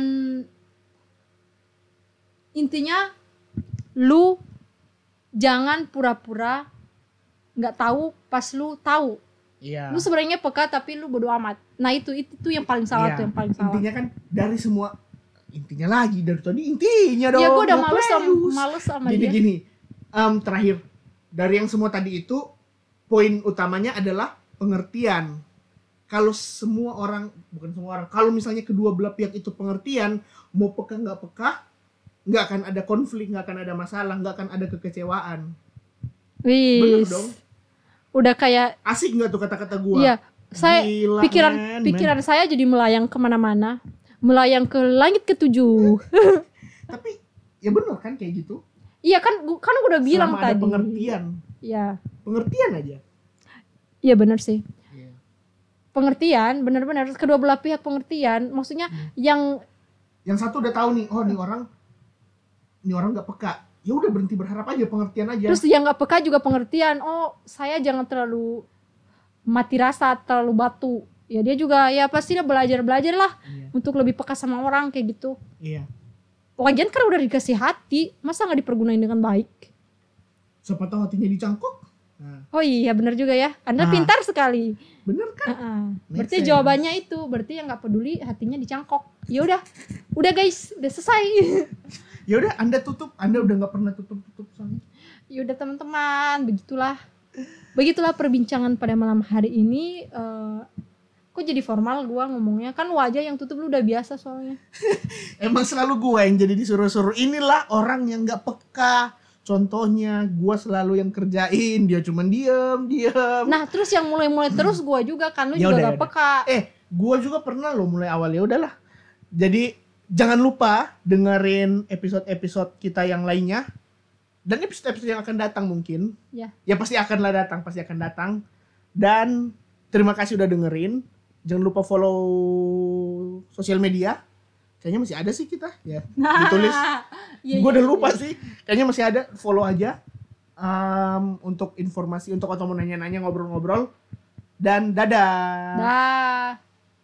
intinya lu jangan pura-pura nggak tahu pas lu tahu. Iya. Lu sebenarnya peka tapi lu bodo amat. Nah itu itu, itu yang paling salah Iya. tuh yang paling salah. Intinya kan dari semua intinya lagi dari tadi intinya dong. Ya gue udah Nggak males sama, pleus. males sama Gini dia. gini. Em, terakhir dari yang semua tadi itu poin utamanya adalah pengertian. Kalau semua orang, bukan semua orang, kalau misalnya kedua belah pihak itu pengertian, mau peka nggak peka, nggak akan ada konflik, nggak akan ada masalah, nggak akan ada kekecewaan. Bener Wis. dong. Udah kayak Asik nggak tuh kata-kata gua? iya, saya Gila, pikiran men, pikiran saya jadi melayang kemana-mana, melayang ke langit ketujuh. men. Tapi ya bener kan kayak gitu. Iya kan, gua- kan gue udah bilang Selama ada tadi. pengertian, Iya, pengertian aja. iya benar sih. Iya. pengertian, benar-benar kedua belah pihak pengertian. Maksudnya Hmm. yang Yang satu udah tahu nih, oh nih orang, nih orang nggak peka. Ya udah berhenti berharap aja, pengertian aja. terus yang nggak peka juga pengertian. Oh, saya jangan terlalu mati rasa, terlalu batu. Ya dia juga ya pasti dia belajar-belajar lah Iya. untuk lebih peka sama orang kayak gitu. Iya. Lagian kan udah dikasih hati, masa nggak dipergunain dengan baik? Siapa tahu hatinya dicangkok. Nah, Oh iya benar juga ya. Anda Ah. pintar sekali. bener kan? Heeh. Make Berarti sense. jawabannya itu, berarti yang nggak peduli hatinya dicangkok. Ya udah, udah guys, udah selesai. Ya udah, Anda tutup. Anda udah nggak pernah tutup-tutup soalnya. Ya udah teman-teman, begitulah, begitulah perbincangan pada malam hari ini. Eh, kok jadi formal gua ngomongnya? Kan wajah yang tutup lu udah biasa soalnya. Emang selalu gua yang jadi disuruh-suruh. Inilah orang yang nggak peka. Contohnya, gua selalu yang kerjain, dia cuman diem, diem. Nah terus yang mulai-mulai terus gua juga kan, lu Ya juga udah, gak ya udah. peka. Eh, gua juga pernah loh mulai awal, ya udahlah. Jadi jangan lupa dengerin episode-episode kita yang lainnya dan episode-episode yang akan datang mungkin. Ya. Ya pasti akanlah datang, pasti akan datang. Dan terima kasih udah dengerin. Jangan lupa follow sosial media. Kayaknya masih ada sih kita, ya. Ditulis. Iya, Gue iya, udah lupa iya. sih. Kayaknya masih ada, follow aja. Um, untuk informasi, untuk atau mau nanya-nanya, ngobrol-ngobrol. Dan dadah. Dah.